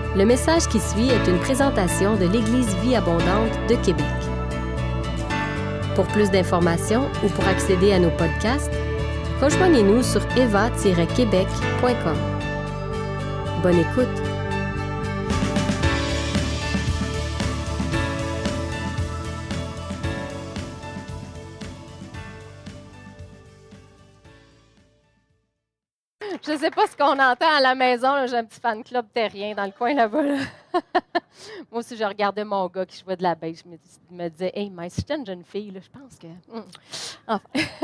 Le message qui suit est une présentation de l'Église Vie Abondante de Québec. Pour plus d'informations ou pour accéder à nos podcasts, rejoignez-nous sur eva-québec.com. Bonne écoute! Je ne sais pas ce qu'on entend à la maison. Là, j'ai un petit fan club terrien dans le coin là-bas. Là. Moi aussi, je regardais mon gars qui jouait de la baisse. Je me disais, hey, mais si j'étais une jeune fille, là, je pense que. Enfin.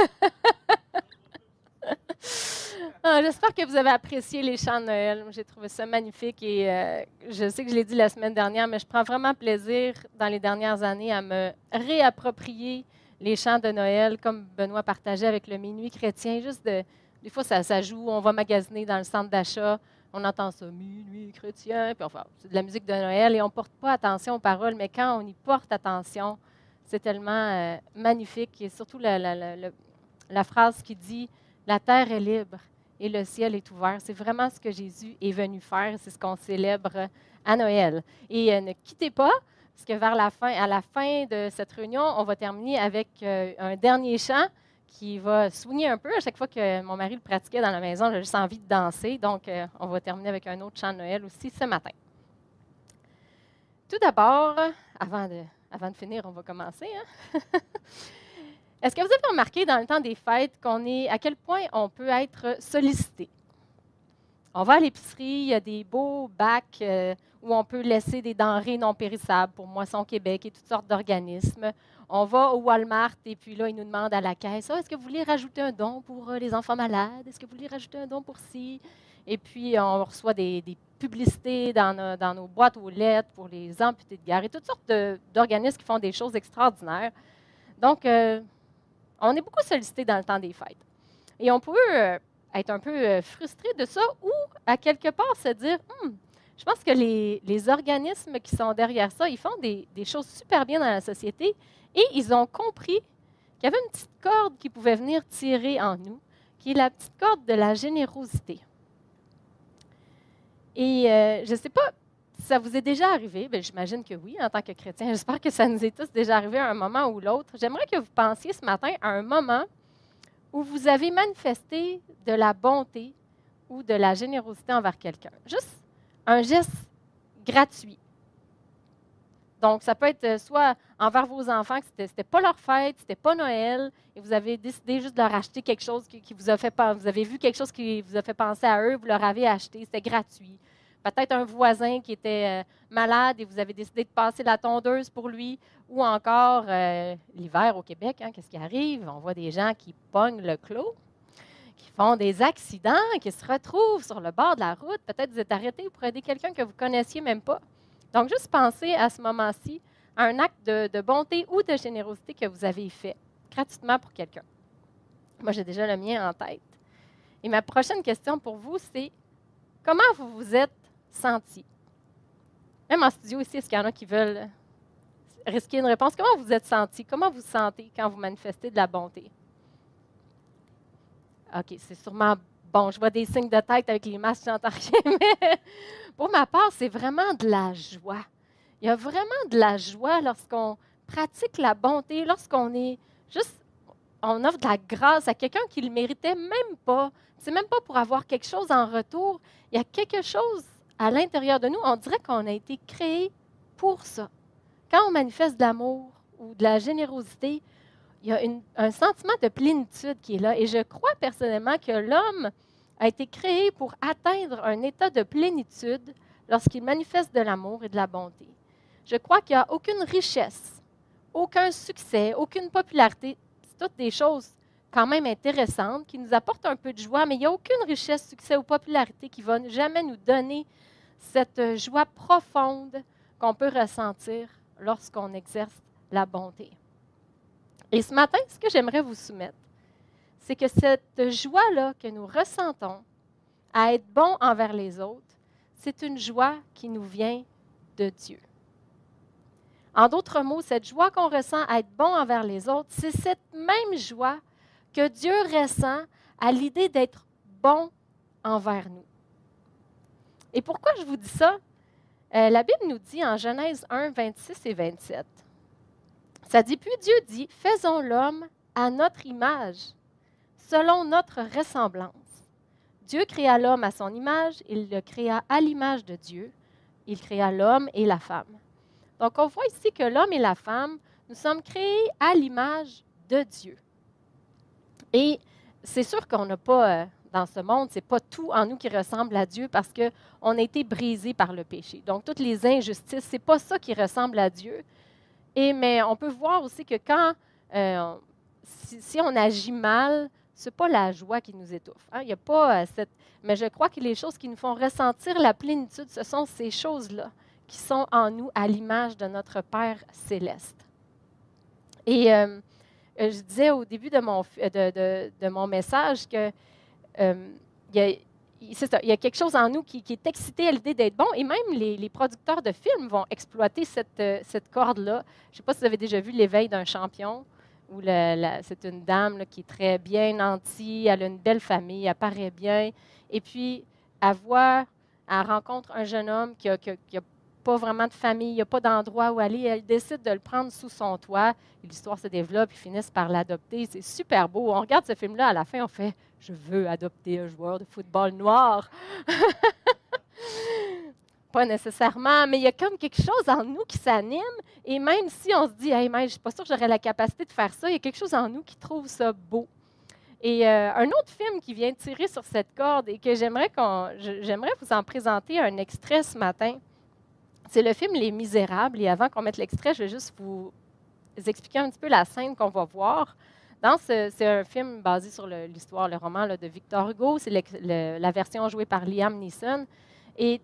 J'espère que vous avez apprécié les chants de Noël. J'ai trouvé ça magnifique et je sais que je l'ai dit la semaine dernière, mais je prends vraiment plaisir dans les dernières années à me réapproprier les chants de Noël, comme Benoît partageait avec le Minuit chrétien, des fois, ça joue, on va magasiner dans le centre d'achat, on entend ça, Minuit chrétien, puis enfin, c'est de la musique de Noël et on ne porte pas attention aux paroles, mais quand on y porte attention, c'est tellement magnifique. Et surtout la phrase qui dit « La terre est libre et le ciel est ouvert ». C'est vraiment ce que Jésus est venu faire, c'est ce qu'on célèbre à Noël. Et ne quittez pas, parce que à la fin de cette réunion, on va terminer avec un dernier chant qui va soigner un peu. À chaque fois que mon mari le pratiquait dans la maison, j'ai juste envie de danser. Donc, on va terminer avec un autre chant de Noël aussi ce matin. Tout d'abord, avant de finir, on va commencer. Hein? Est-ce que vous avez remarqué dans le temps des fêtes à quel point on peut être sollicité? On va à l'épicerie, il y a des beaux bacs où on peut laisser des denrées non périssables pour Moisson Québec et toutes sortes d'organismes. On va au Walmart et puis là, ils nous demandent à la caisse, est-ce que vous voulez rajouter un don pour les enfants malades? Est-ce que vous voulez rajouter un don pour ci? Et puis, on reçoit des publicités dans nos boîtes aux lettres pour les amputés de guerre et toutes sortes d'organismes qui font des choses extraordinaires. Donc, on est beaucoup sollicité dans le temps des fêtes. Et on peut être un peu frustré de ça ou, à quelque part, se dire, je pense que les organismes qui sont derrière ça, ils font des choses super bien dans la société et ils ont compris qu'il y avait une petite corde qui pouvait venir tirer en nous, qui est la petite corde de la générosité. Et je ne sais pas si ça vous est déjà arrivé, bien, j'imagine que oui, en tant que chrétien. J'espère que ça nous est tous déjà arrivé à un moment ou l'autre. J'aimerais que vous pensiez ce matin à un moment où vous avez manifesté de la bonté ou de la générosité envers quelqu'un. Juste un geste gratuit. Donc, ça peut être soit envers vos enfants, que c'était pas leur fête, c'était pas Noël, et vous avez décidé juste de leur acheter quelque chose qui vous a fait penser. Vous avez vu quelque chose qui vous a fait penser à eux, vous leur avez acheté, c'était gratuit. Peut-être un voisin qui était malade et vous avez décidé de passer la tondeuse pour lui, ou encore l'hiver au Québec, qu'est-ce qui arrive? On voit des gens qui pognent le clos, qui font des accidents, qui se retrouvent sur le bord de la route. Peut-être vous êtes arrêté pour aider quelqu'un que vous ne connaissiez même pas. Donc, juste pensez à ce moment-ci à un acte de bonté ou de générosité que vous avez fait gratuitement pour quelqu'un. Moi, j'ai déjà le mien en tête. Et ma prochaine question pour vous, c'est comment vous vous êtes senti? Même en studio ici, est-ce qu'il y en a qui veulent risquer une réponse? Comment vous vous êtes senti? Comment vous vous sentez quand vous manifestez de la bonté? OK, c'est sûrement bon. Je vois des signes de tête avec les masques, je n'entends rien, mais pour ma part, c'est vraiment de la joie. Il y a vraiment de la joie lorsqu'on pratique la bonté, lorsqu'on est juste, on offre de la grâce à quelqu'un qui ne le méritait même pas. C'est même pas pour avoir quelque chose en retour. Il y a quelque chose à l'intérieur de nous. On dirait qu'on a été créé pour ça. Quand on manifeste de l'amour ou de la générosité, il y a un sentiment de plénitude qui est là. Et je crois personnellement que l'homme a été créé pour atteindre un état de plénitude lorsqu'il manifeste de l'amour et de la bonté. Je crois qu'il n'y a aucune richesse, aucun succès, aucune popularité. C'est toutes des choses quand même intéressantes qui nous apportent un peu de joie, mais il n'y a aucune richesse, succès ou popularité qui va jamais nous donner cette joie profonde qu'on peut ressentir lorsqu'on exerce la bonté. Et ce matin, ce que j'aimerais vous soumettre, c'est que cette joie-là que nous ressentons à être bon envers les autres, c'est une joie qui nous vient de Dieu. En d'autres mots, cette joie qu'on ressent à être bon envers les autres, c'est cette même joie que Dieu ressent à l'idée d'être bon envers nous. Et pourquoi je vous dis ça? La Bible nous dit en Genèse 1, 26 et 27, ça dit, « Puis Dieu dit, faisons l'homme à notre image, selon notre ressemblance. Dieu créa l'homme à son image, il le créa à l'image de Dieu. Il créa l'homme et la femme. » Donc, on voit ici que l'homme et la femme, nous sommes créés à l'image de Dieu. Et c'est sûr qu'on n'a pas, dans ce monde, ce n'est pas tout en nous qui ressemble à Dieu parce qu'on a été brisé par le péché. Donc, toutes les injustices, ce n'est pas ça qui ressemble à Dieu. Mais on peut voir aussi que quand, si on agit mal, ce n'est pas la joie qui nous étouffe. Hein? Il y a pas cette... Mais je crois que les choses qui nous font ressentir la plénitude, ce sont ces choses-là qui sont en nous à l'image de notre Père céleste. Et je disais au début de mon message que il y a quelque chose en nous qui est excité à l'idée d'être bon. Et même les producteurs de films vont exploiter cette corde-là. Je ne sais pas si vous avez déjà vu L'éveil d'un champion, où c'est une dame là, qui est très bien nantie, elle a une belle famille, elle paraît bien. Et puis, elle rencontre un jeune homme qui a pas vraiment de famille, il n'y a pas d'endroit où aller. Elle décide de le prendre sous son toit. Et l'histoire se développe, ils finissent par l'adopter. C'est super beau. On regarde ce film-là, à la fin, on fait « Je veux adopter un joueur de football noir. » Pas nécessairement, mais il y a comme quelque chose en nous qui s'anime. Et même si on se dit « Hey, mais je ne suis pas sûre que j'aurais la capacité de faire ça », il y a quelque chose en nous qui trouve ça beau. Et un autre film qui vient tirer sur cette corde et que j'aimerais vous en présenter un extrait ce matin, c'est le film Les Misérables. Et avant qu'on mette l'extrait, je vais juste vous expliquer un petit peu la scène qu'on va voir. C'est un film basé sur l'histoire, le roman là, de Victor Hugo. C'est la version jouée par Liam Neeson. Et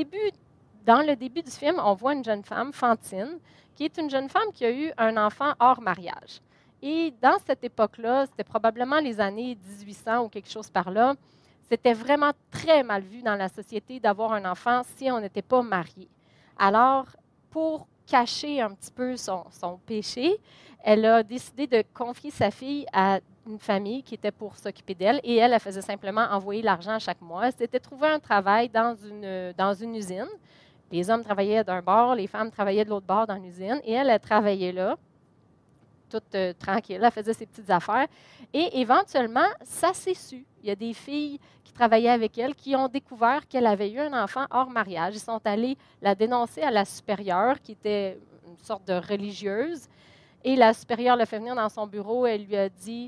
dans le début du film, on voit une jeune femme, Fantine, qui est une jeune femme qui a eu un enfant hors mariage. Et dans cette époque-là, c'était probablement les années 1800 ou quelque chose par là, c'était vraiment très mal vu dans la société d'avoir un enfant si on n'était pas marié. Alors, pour cacher un petit peu son péché, elle a décidé de confier sa fille à une famille qui était pour s'occuper d'elle et elle faisait simplement envoyer l'argent chaque mois. Elle s'était trouvé un travail dans une usine. Les hommes travaillaient d'un bord, les femmes travaillaient de l'autre bord dans l'usine et elle travaillait là, toute tranquille. Elle faisait ses petites affaires. Et éventuellement, ça s'est su. Il y a des filles qui travaillaient avec elle qui ont découvert qu'elle avait eu un enfant hors mariage. Ils sont allés la dénoncer à la supérieure, qui était une sorte de religieuse. Et la supérieure l'a fait venir dans son bureau. Elle lui a dit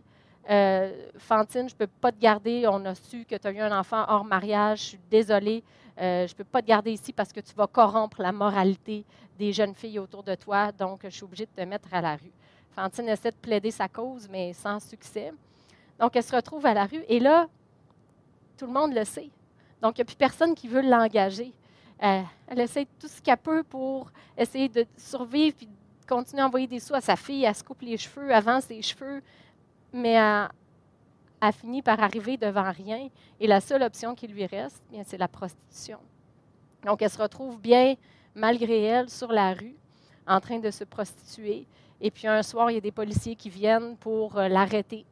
Fantine, je ne peux pas te garder. On a su que tu as eu un enfant hors mariage. Je suis désolée. Je ne peux pas te garder ici parce que tu vas corrompre la moralité des jeunes filles autour de toi. Donc, je suis obligée de te mettre à la rue. Fantine essaie de plaider sa cause, mais sans succès. Donc, elle se retrouve à la rue. Et là, tout le monde le sait. Donc, il n'y a plus personne qui veut l'engager. Elle essaie tout ce qu'elle peut pour essayer de survivre et de continuer à envoyer des sous à sa fille. Elle se coupe les cheveux, avance ses cheveux, mais elle finit par arriver devant rien. Et la seule option qui lui reste, bien, c'est la prostitution. Donc, elle se retrouve bien, malgré elle, sur la rue, en train de se prostituer. Et puis, un soir, il y a des policiers qui viennent pour l'arrêter.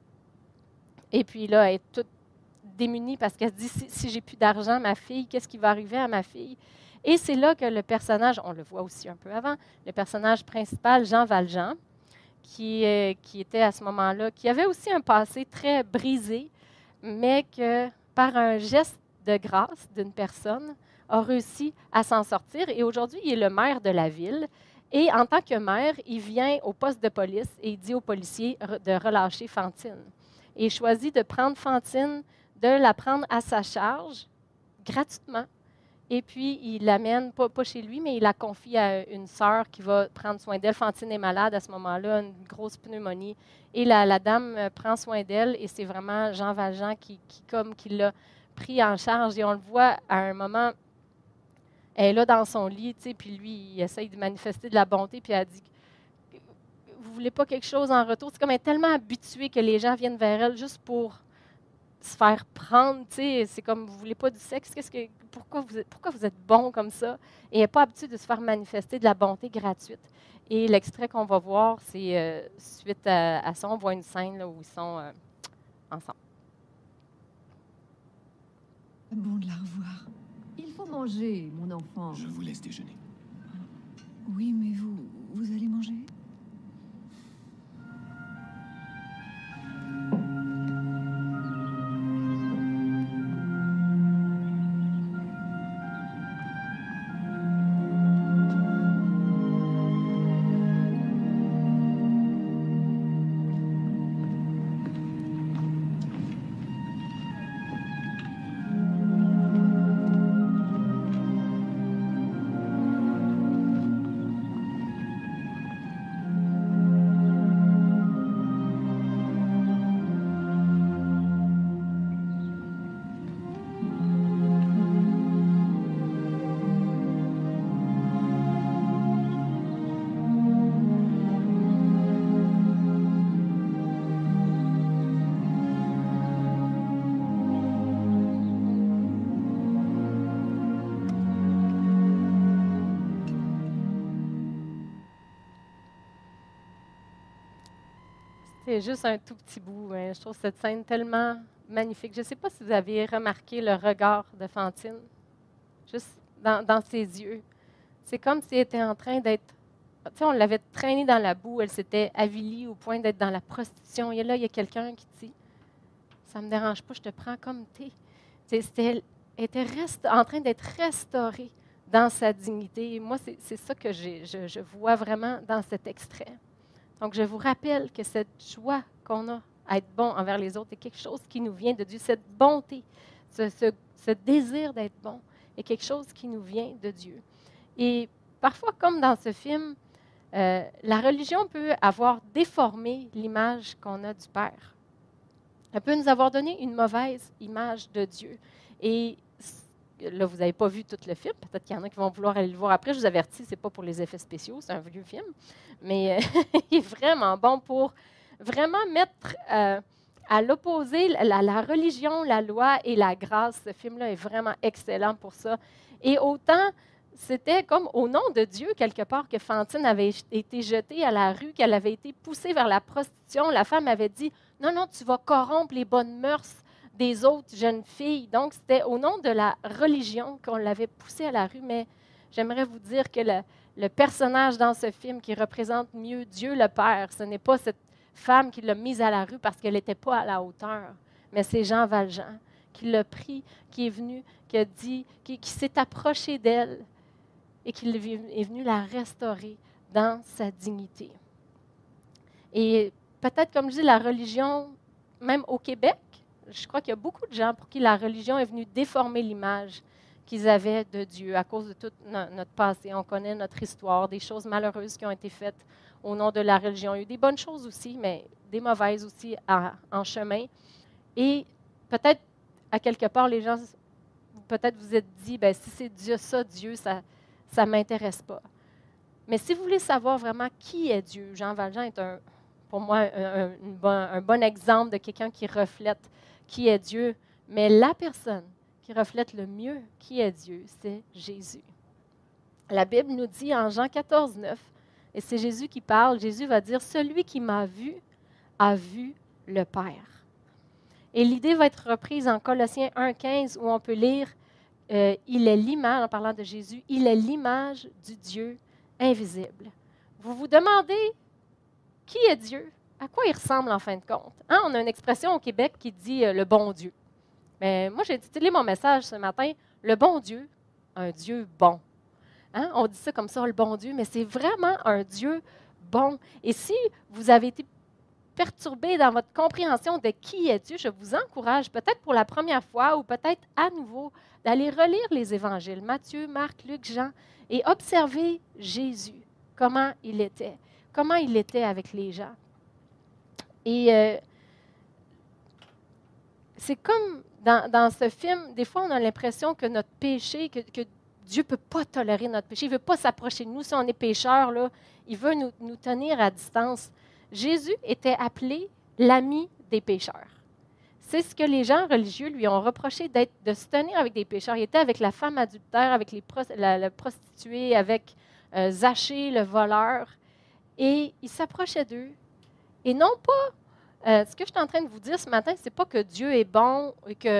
Et puis là, elle est toute démunie parce qu'elle se dit, si j'ai plus d'argent, ma fille, qu'est-ce qui va arriver à ma fille? Et c'est là que le personnage, on le voit aussi un peu avant, le personnage principal, Jean Valjean, qui était à ce moment-là, qui avait aussi un passé très brisé, mais que par un geste de grâce d'une personne, a réussi à s'en sortir. Et aujourd'hui, il est le maire de la ville. Et en tant que maire, il vient au poste de police et il dit aux policiers de relâcher Fantine. Et il choisit de prendre Fantine, de la prendre à sa charge gratuitement. Et puis, il l'amène, pas chez lui, mais il la confie à une sœur qui va prendre soin d'elle. Fantine est malade à ce moment-là, une grosse pneumonie. Et la dame prend soin d'elle et c'est vraiment Jean Valjean qui l'a pris en charge. Et on le voit à un moment, elle est là dans son lit, tu sais, puis lui, il essaye de manifester de la bonté, puis elle dit « Vous voulez pas quelque chose en retour? » C'est comme elle est tellement habituée que les gens viennent vers elle juste pour se faire prendre, tu sais, c'est comme « Vous voulez pas du sexe? Pourquoi vous êtes bon comme ça? » Et elle n'est pas habituée de se faire manifester de la bonté gratuite. Et l'extrait qu'on va voir, c'est suite à ça, on voit une scène là, où ils sont ensemble. Bon de la revoir. Il Il faut manger, mon enfant. Je vous laisse déjeuner. Oui, mais vous allez manger? C'est juste un tout petit bout. Hein. Je trouve cette scène tellement magnifique. Je ne sais pas si vous avez remarqué le regard de Fantine, juste dans ses yeux. C'est comme si elle était en train d'être... Tu sais, on l'avait traînée dans la boue, elle s'était avilie au point d'être dans la prostitution. Et là, il y a quelqu'un qui dit « Ça ne me dérange pas, je te prends comme t'es. » Elle était en train d'être restaurée dans sa dignité. Et moi, c'est ça que je vois vraiment dans cet extrait. Donc, je vous rappelle que cette joie qu'on a à être bon envers les autres est quelque chose qui nous vient de Dieu. Cette bonté, ce désir d'être bon est quelque chose qui nous vient de Dieu. Et parfois, comme dans ce film, la religion peut avoir déformé l'image qu'on a du Père. Elle peut nous avoir donné une mauvaise image de Dieu. Et là, vous n'avez pas vu tout le film. Peut-être qu'il y en a qui vont vouloir aller le voir après. Je vous avertis, ce n'est pas pour les effets spéciaux, c'est un vieux film. Mais il est vraiment bon pour vraiment mettre à l'opposé la religion, la loi et la grâce. Ce film-là est vraiment excellent pour ça. Et autant, c'était comme au nom de Dieu, quelque part, que Fantine avait été jetée à la rue, qu'elle avait été poussée vers la prostitution. La femme avait dit « Non, non, tu vas corrompre les bonnes mœurs des autres jeunes filles. » Donc, c'était au nom de la religion qu'on l'avait poussée à la rue. Mais j'aimerais vous dire que le personnage dans ce film qui représente mieux Dieu le Père, ce n'est pas cette femme qui l'a mise à la rue parce qu'elle n'était pas à la hauteur, mais c'est Jean Valjean qui l'a pris, qui est venu, qui a dit, qui s'est approché d'elle et qui est venu la restaurer dans sa dignité. Et peut-être, comme je dis, la religion, même au Québec, je crois qu'il y a beaucoup de gens pour qui la religion est venue déformer l'image qu'ils avaient de Dieu à cause de tout notre passé. On connaît notre histoire, des choses malheureuses qui ont été faites au nom de la religion. Il y a eu des bonnes choses aussi, mais des mauvaises aussi en chemin. Et peut-être, à quelque part, les gens, peut-être vous êtes dit, bien, si c'est Dieu, ça ne m'intéresse pas. Mais si vous voulez savoir vraiment qui est Dieu, Jean Valjean est pour moi un bon exemple de quelqu'un qui reflète qui est Dieu. Mais la personne qui reflète le mieux qui est Dieu, c'est Jésus. La Bible nous dit en Jean 14, 9, et c'est Jésus qui parle, Jésus va dire « Celui qui m'a vu a vu le Père ». Et l'idée va être reprise en Colossiens 1, 15, où on peut lire « Il est l'image », en parlant de Jésus, « Il est l'image du Dieu invisible ». Vous vous demandez qui est Dieu? À quoi il ressemble en fin de compte? Hein, on a une expression au Québec qui dit le bon Dieu. Mais moi, j'ai intitulé mon message ce matin le bon Dieu, un Dieu bon. Hein? On dit ça comme ça, le bon Dieu, mais c'est vraiment un Dieu bon. Et si vous avez été perturbé dans votre compréhension de qui est Dieu, je vous encourage, peut-être pour la première fois ou peut-être à nouveau, d'aller relire les évangiles, Matthieu, Marc, Luc, Jean, et observer Jésus, comment il était avec les gens. Et c'est comme dans ce film, des fois on a l'impression que notre péché, que Dieu ne peut pas tolérer notre péché, il ne veut pas s'approcher de nous. Si on est pécheur, là, il veut nous tenir à distance. Jésus était appelé l'ami des pécheurs. C'est ce que les gens religieux lui ont reproché, de se tenir avec des pécheurs. Il était avec la femme adultère, avec la prostituée, avec Zachée, le voleur. Et il s'approchait d'eux. Et non pas, ce que je suis en train de vous dire ce matin, ce n'est pas que Dieu est bon et que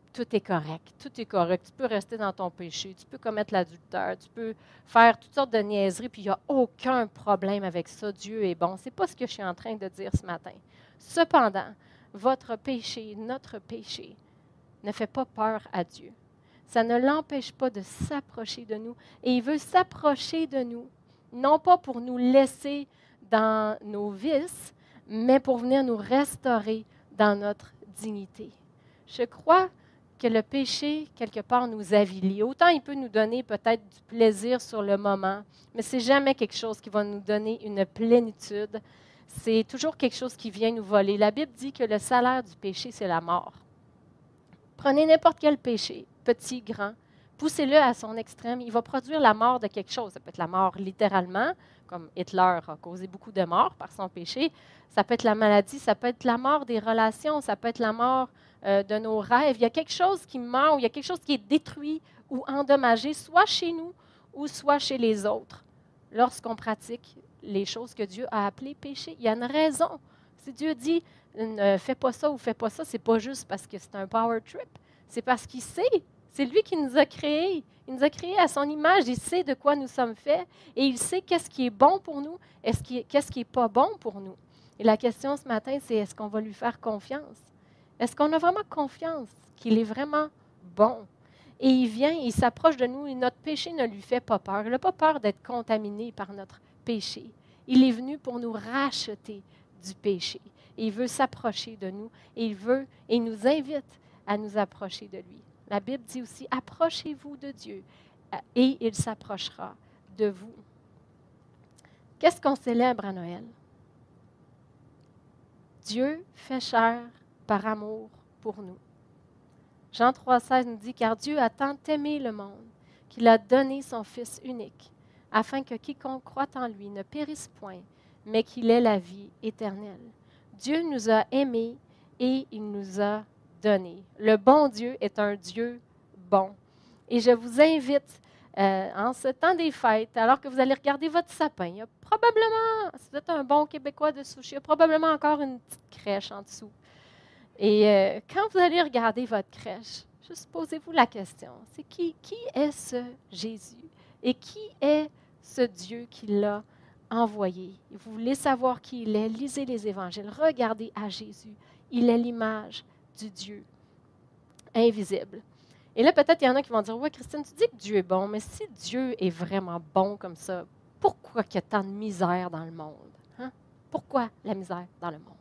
tout est correct. Tout est correct. Tu peux rester dans ton péché, tu peux commettre l'adultère, tu peux faire toutes sortes de niaiseries, puis il n'y a aucun problème avec ça. Dieu est bon. Ce n'est pas ce que je suis en train de dire ce matin. Cependant, votre péché, notre péché, ne fait pas peur à Dieu. Ça ne l'empêche pas de s'approcher de nous. Et il veut s'approcher de nous, non pas pour nous laisser dans nos vices, mais pour venir nous restaurer dans notre dignité. Je crois que le péché, quelque part, nous avilit. Autant il peut nous donner peut-être du plaisir sur le moment, mais ce n'est jamais quelque chose qui va nous donner une plénitude. C'est toujours quelque chose qui vient nous voler. La Bible dit que le salaire du péché, c'est la mort. Prenez n'importe quel péché, petit, grand, poussez-le à son extrême, il va produire la mort de quelque chose. Ça peut être la mort littéralement, comme Hitler a causé beaucoup de morts par son péché. Ça peut être la maladie, ça peut être la mort des relations, ça peut être la mort de nos rêves. Il y a quelque chose qui meurt, il y a quelque chose qui est détruit ou endommagé, soit chez nous ou soit chez les autres, lorsqu'on pratique les choses que Dieu a appelées péché. Il y a une raison. Si Dieu dit ne fais pas ça ou fais pas ça, c'est pas juste parce que c'est un power trip. C'est parce qu'il sait. C'est lui qui nous a créés. Il nous a créés à son image. Il sait de quoi nous sommes faits et il sait qu'est-ce qui est bon pour nous et qu'est-ce qui n'est pas bon pour nous. Et la question ce matin, c'est est-ce qu'on va lui faire confiance? Est-ce qu'on a vraiment confiance qu'il est vraiment bon? Et il vient, il s'approche de nous et notre péché ne lui fait pas peur. Il n'a pas peur d'être contaminé par notre péché. Il est venu pour nous racheter du péché. Et il veut s'approcher de nous et il nous invite à nous approcher de lui. La Bible dit aussi, approchez-vous de Dieu et il s'approchera de vous. Qu'est-ce qu'on célèbre à Noël? Dieu fait chair par amour pour nous. Jean 3,16 nous dit, car Dieu a tant aimé le monde qu'il a donné son Fils unique, afin que quiconque croit en lui ne périsse point, mais qu'il ait la vie éternelle. Dieu nous a aimés et il nous a donné. Le bon Dieu est un Dieu bon. Et je vous invite, en ce temps des fêtes, alors que vous allez regarder votre sapin, il y a probablement, si vous êtes un bon Québécois de souche, il y a probablement encore une petite crèche en dessous. Et quand vous allez regarder votre crèche, juste posez-vous la question, c'est qui est ce Jésus? Et qui est ce Dieu qui l'a envoyé? Vous voulez savoir qui il est? Lisez les évangiles, regardez à Jésus. Il est l'image du Dieu invisible. Et là, peut-être il y en a qui vont dire, oui, Christine, tu dis que Dieu est bon, mais si Dieu est vraiment bon comme ça, pourquoi il y a tant de misère dans le monde? Hein? Pourquoi la misère dans le monde?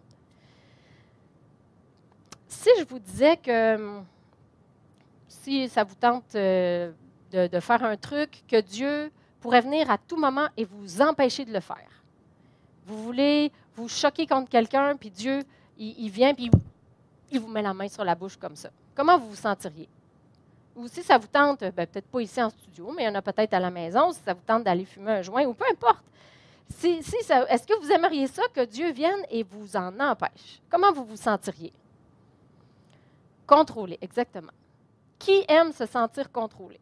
Si je vous disais que si ça vous tente de faire un truc, que Dieu pourrait venir à tout moment et vous empêcher de le faire. Vous voulez vous choquer contre quelqu'un, puis Dieu, il vient, puis il vous met la main sur la bouche comme ça. Comment vous vous sentiriez? Ou si ça vous tente, peut-être pas ici en studio, mais il y en a peut-être à la maison, si ça vous tente d'aller fumer un joint, ou peu importe. Est-ce que vous aimeriez ça, que Dieu vienne et vous en empêche? Comment vous vous sentiriez? Contrôlé, exactement. Qui aime se sentir contrôlé?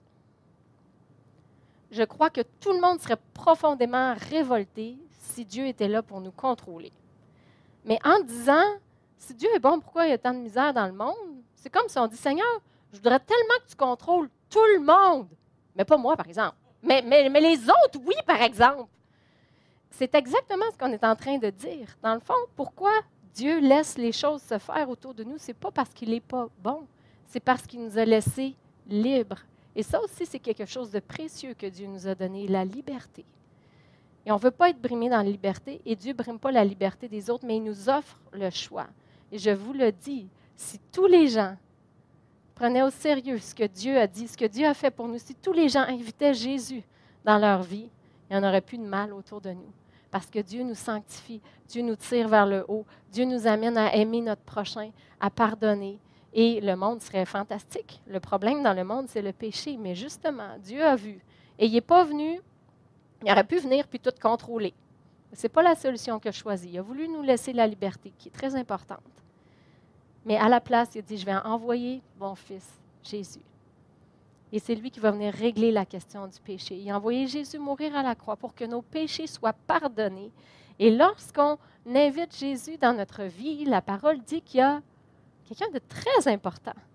Je crois que tout le monde serait profondément révolté si Dieu était là pour nous contrôler. Mais en disant, si Dieu est bon, pourquoi il y a tant de misère dans le monde? C'est comme si on dit, Seigneur, je voudrais tellement que tu contrôles tout le monde. Mais pas moi, par exemple. Mais les autres, oui, par exemple. C'est exactement ce qu'on est en train de dire. Dans le fond, pourquoi Dieu laisse les choses se faire autour de nous? Ce n'est pas parce qu'il n'est pas bon. C'est parce qu'il nous a laissés libres. Et ça aussi, c'est quelque chose de précieux que Dieu nous a donné, la liberté. Et on ne veut pas être brimé dans la liberté, et Dieu ne brime pas la liberté des autres, mais il nous offre le choix. Et je vous le dis, si tous les gens prenaient au sérieux ce que Dieu a dit, ce que Dieu a fait pour nous, si tous les gens invitaient Jésus dans leur vie, il n'y en aurait plus de mal autour de nous. Parce que Dieu nous sanctifie, Dieu nous tire vers le haut, Dieu nous amène à aimer notre prochain, à pardonner. Et le monde serait fantastique. Le problème dans le monde, c'est le péché. Mais justement, Dieu a vu. Et il n'est pas venu, il aurait pu venir puis tout contrôler. Ce n'est pas la solution qu'il a choisie. Il a voulu nous laisser la liberté, qui est très importante. Mais à la place, il a dit, je vais envoyer mon Fils, Jésus. Et c'est lui qui va venir régler la question du péché. Il a envoyé Jésus mourir à la croix pour que nos péchés soient pardonnés. Et lorsqu'on invite Jésus dans notre vie, la parole dit qu'il y a quelqu'un de très important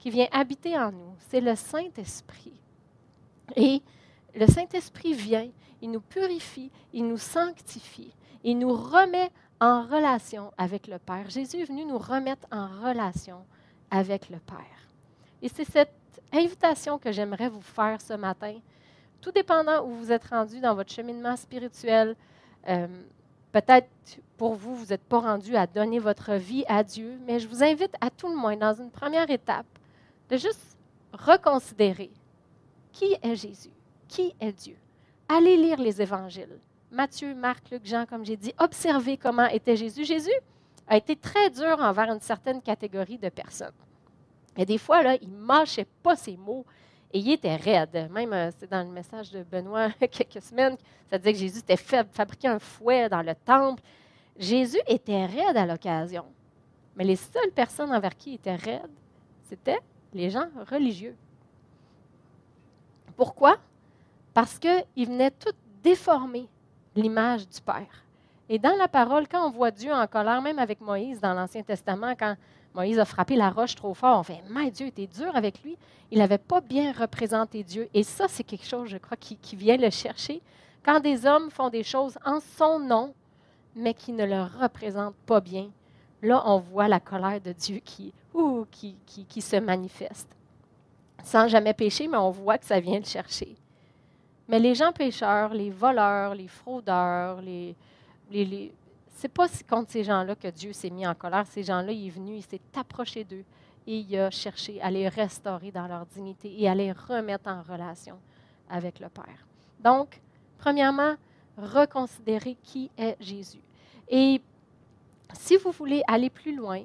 qui vient habiter en nous. C'est le Saint-Esprit. Et le Saint-Esprit vient, il nous purifie, il nous sanctifie, il nous remet en relation avec le Père. Jésus est venu nous remettre en relation avec le Père. Et c'est cette invitation que j'aimerais vous faire ce matin. Tout dépendant où vous êtes rendu dans votre cheminement spirituel, peut-être pour vous, vous n'êtes pas rendu à donner votre vie à Dieu, mais je vous invite à tout le moins, dans une première étape, de juste reconsidérer qui est Jésus, qui est Dieu. Allez lire les évangiles. Matthieu, Marc, Luc, Jean, comme j'ai dit, observez comment était Jésus. Jésus a été très dur envers une certaine catégorie de personnes. Et des fois, là, il ne mâchait pas ses mots et il était raide. Même, c'est dans le message de Benoît, il y a quelques semaines, ça disait que Jésus était faible, fabriquait un fouet dans le temple. Jésus était raide à l'occasion. Mais les seules personnes envers qui il était raide, c'était les gens religieux. Pourquoi? Parce qu'il venait tout déformer l'image du Père. Et dans la parole, quand on voit Dieu en colère, même avec Moïse dans l'Ancien Testament, quand Moïse a frappé la roche trop fort, on fait « Mais Dieu était dur avec lui. » Il n'avait pas bien représenté Dieu. Et ça, c'est quelque chose, je crois, qui vient le chercher. Quand des hommes font des choses en son nom, mais qui ne le représentent pas bien, là, on voit la colère de Dieu qui se manifeste. Sans jamais pécher, mais on voit que ça vient le chercher. Mais les gens pécheurs, les voleurs, les fraudeurs, c'est pas contre ces gens-là que Dieu s'est mis en colère. Ces gens-là, il est venu, il s'est approché d'eux et il a cherché à les restaurer dans leur dignité et à les remettre en relation avec le Père. Donc, premièrement, reconsidérer qui est Jésus. Et si vous voulez aller plus loin,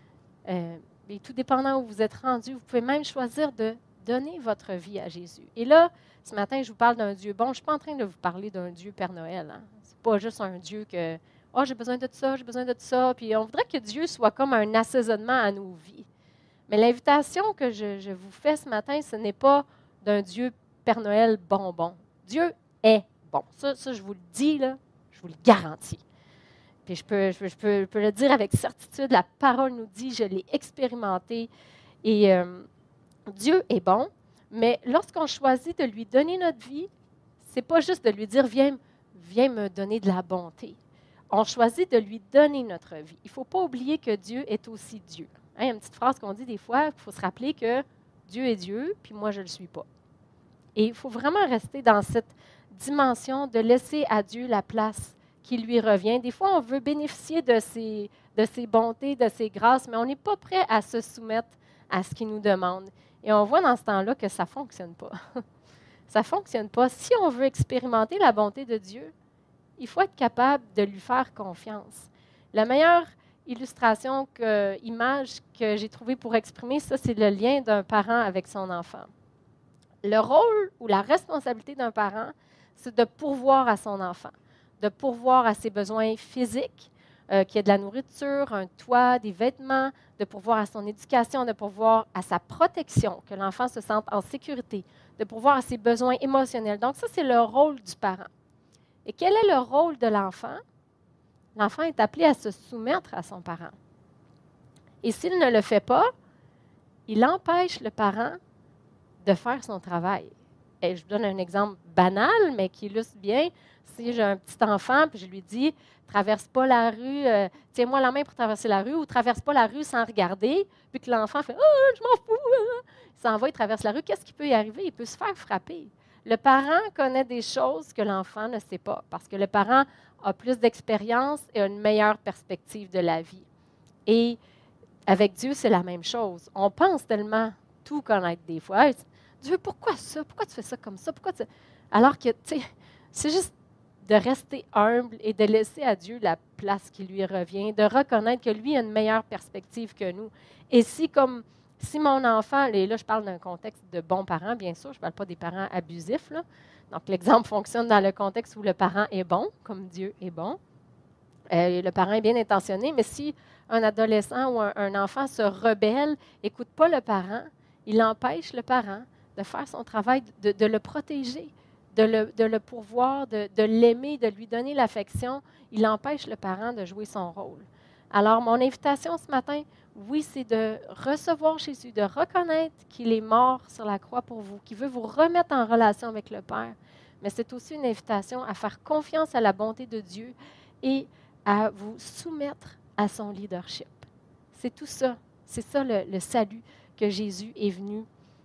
et tout dépendant où vous êtes rendu, vous pouvez même choisir de donner votre vie à Jésus. Et là, ce matin, je vous parle d'un Dieu bon. Je ne suis pas en train de vous parler d'un Dieu Père Noël. Hein. Ce n'est pas juste un Dieu que « Oh, j'ai besoin de ça, j'ai besoin de ça. » Puis on voudrait que Dieu soit comme un assaisonnement à nos vies. Mais l'invitation que je vous fais ce matin, ce n'est pas d'un Dieu Père Noël bonbon. Dieu est bon. Ça, je vous le dis, là, je vous le garantis. Puis je peux le dire avec certitude. La parole nous dit, je l'ai expérimenté. Et Dieu est bon. Mais lorsqu'on choisit de lui donner notre vie, ce n'est pas juste de lui dire « Viens me donner de la bonté ». On choisit de lui donner notre vie. Il ne faut pas oublier que Dieu est aussi Dieu. Hein, il y a une petite phrase qu'on dit des fois, il faut se rappeler que Dieu est Dieu, puis moi, je ne le suis pas. Et il faut vraiment rester dans cette dimension de laisser à Dieu la place qui lui revient. Des fois, on veut bénéficier de ses bontés, de ses grâces, mais on n'est pas prêt à se soumettre à ce qu'il nous demande. Et on voit dans ce temps-là que ça ne fonctionne pas. Ça ne fonctionne pas. Si on veut expérimenter la bonté de Dieu, il faut être capable de lui faire confiance. La meilleure illustration, image que j'ai trouvée pour exprimer ça, c'est le lien d'un parent avec son enfant. Le rôle ou la responsabilité d'un parent, c'est de pourvoir à son enfant, de pourvoir à ses besoins physiques, qu'il y ait de la nourriture, un toit, des vêtements, de pourvoir à son éducation, de pourvoir à sa protection, que l'enfant se sente en sécurité, de pourvoir à ses besoins émotionnels. Donc ça, c'est le rôle du parent. Et quel est le rôle de l'enfant? L'enfant est appelé à se soumettre à son parent. Et s'il ne le fait pas, il empêche le parent de faire son travail. Et je vous donne un exemple banal, mais qui illustre bien. Si j'ai un petit enfant, puis je lui dis « Traverse pas la rue, tiens-moi la main pour traverser la rue » ou « Traverse pas la rue sans regarder », puis que l'enfant fait « Oh, je m'en fous! » Il s'en va, il traverse la rue. Qu'est-ce qui peut y arriver? Il peut se faire frapper. Le parent connaît des choses que l'enfant ne sait pas, parce que le parent a plus d'expérience et a une meilleure perspective de la vie. Et avec Dieu, c'est la même chose. On pense tellement tout connaître des fois. Dieu, pourquoi ça? Pourquoi tu fais ça comme ça? Alors que, tu sais, c'est juste de rester humble et de laisser à Dieu la place qui lui revient, de reconnaître que lui a une meilleure perspective que nous. Et si mon enfant, et là je parle d'un contexte de bons parents, bien sûr, je ne parle pas des parents abusifs, là. Donc l'exemple fonctionne dans le contexte où le parent est bon, comme Dieu est bon. Le parent est bien intentionné, mais si un adolescent ou un enfant se rebelle, n'écoute pas le parent, il empêche le parent de faire son travail, de le protéger, de le pourvoir, de l'aimer, de lui donner l'affection. Il empêche le parent de jouer son rôle. Alors, mon invitation ce matin, oui, c'est de recevoir Jésus, de reconnaître qu'il est mort sur la croix pour vous, qu'il veut vous remettre en relation avec le Père. Mais c'est aussi une invitation à faire confiance à la bonté de Dieu et à vous soumettre à son leadership. C'est tout ça. C'est ça le salut que Jésus est venu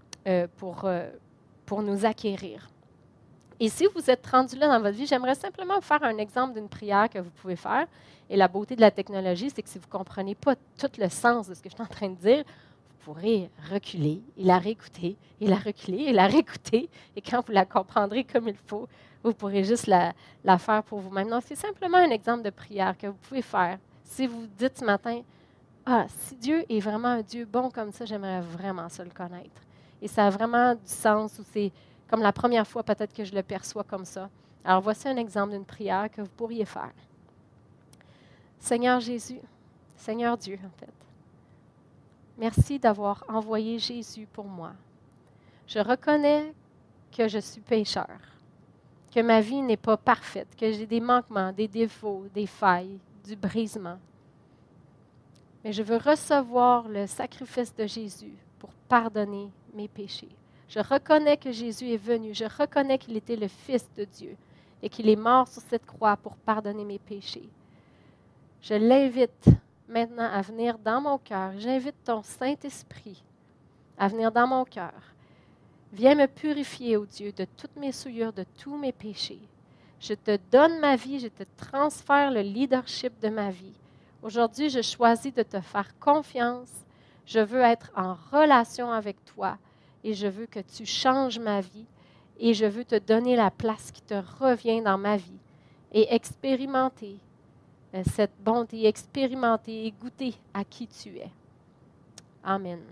pour nous acquérir. Et si vous êtes rendu là dans votre vie, j'aimerais simplement vous faire un exemple d'une prière que vous pouvez faire. Et la beauté de la technologie, c'est que si vous ne comprenez pas tout le sens de ce que je suis en train de dire, vous pourrez reculer et la réécouter, et la reculer et la réécouter. Et quand vous la comprendrez comme il faut, vous pourrez juste la faire pour vous-même. Donc, c'est simplement un exemple de prière que vous pouvez faire. Si vous dites ce matin, « Ah, si Dieu est vraiment un Dieu bon comme ça, j'aimerais vraiment ça le connaître. » Et ça a vraiment du sens, ou c'est comme la première fois peut-être que je le perçois comme ça. Alors, voici un exemple d'une prière que vous pourriez faire. Seigneur Jésus, Seigneur Dieu, en fait, merci d'avoir envoyé Jésus pour moi. Je reconnais que je suis pécheur, que ma vie n'est pas parfaite, que j'ai des manquements, des défauts, des failles, du brisement. Mais je veux recevoir le sacrifice de Jésus pour pardonner mes péchés. Je reconnais que Jésus est venu. Je reconnais qu'il était le Fils de Dieu et qu'il est mort sur cette croix pour pardonner mes péchés. Je l'invite maintenant à venir dans mon cœur. J'invite ton Saint-Esprit à venir dans mon cœur. Viens me purifier, ô Dieu, de toutes mes souillures, de tous mes péchés. Je te donne ma vie, je te transfère le leadership de ma vie. Aujourd'hui, je choisis de te faire confiance. Je veux être en relation avec toi et je veux que tu changes ma vie et je veux te donner la place qui te revient dans ma vie et expérimenter cette bonté, expérimenter et goûter à qui tu es. Amen.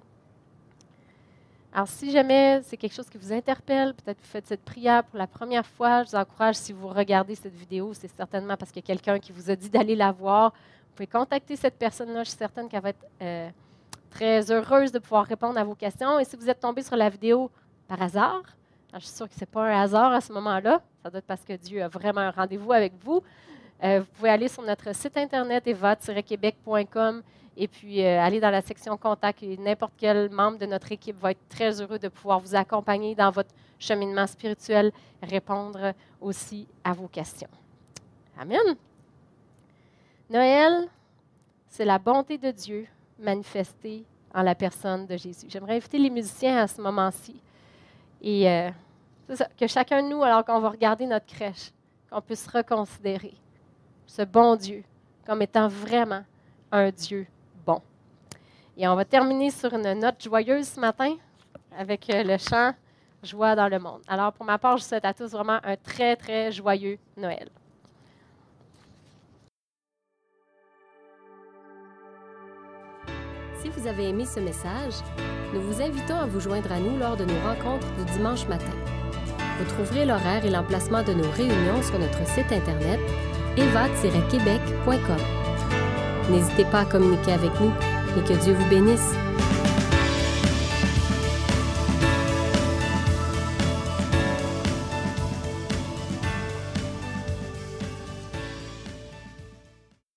Alors, si jamais c'est quelque chose qui vous interpelle, peut-être que vous faites cette prière pour la première fois, je vous encourage, si vous regardez cette vidéo, c'est certainement parce qu'il y a quelqu'un qui vous a dit d'aller la voir. Vous pouvez contacter cette personne-là. Je suis certaine qu'elle va être très heureuse de pouvoir répondre à vos questions. Et si vous êtes tombé sur la vidéo par hasard, alors je suis sûre que ce n'est pas un hasard à ce moment-là, ça doit être parce que Dieu a vraiment un rendez-vous avec vous. Vous pouvez aller sur notre site internet eva-québec.com et puis aller dans la section contact et n'importe quel membre de notre équipe va être très heureux de pouvoir vous accompagner dans votre cheminement spirituel, répondre aussi à vos questions. Amen. Noël, c'est la bonté de Dieu manifestée en la personne de Jésus. J'aimerais inviter les musiciens à ce moment-ci et c'est ça, que chacun de nous, alors qu'on va regarder notre crèche, qu'on puisse reconsidérer ce bon Dieu comme étant vraiment un Dieu bon. Et on va terminer sur une note joyeuse ce matin avec le chant « Joie dans le monde ». Alors, pour ma part, je souhaite à tous vraiment un très, très joyeux Noël. Si vous avez aimé ce message, nous vous invitons à vous joindre à nous lors de nos rencontres du dimanche matin. Vous trouverez l'horaire et l'emplacement de nos réunions sur notre site internet eva-québec.com. N'hésitez pas à communiquer avec nous et que Dieu vous bénisse.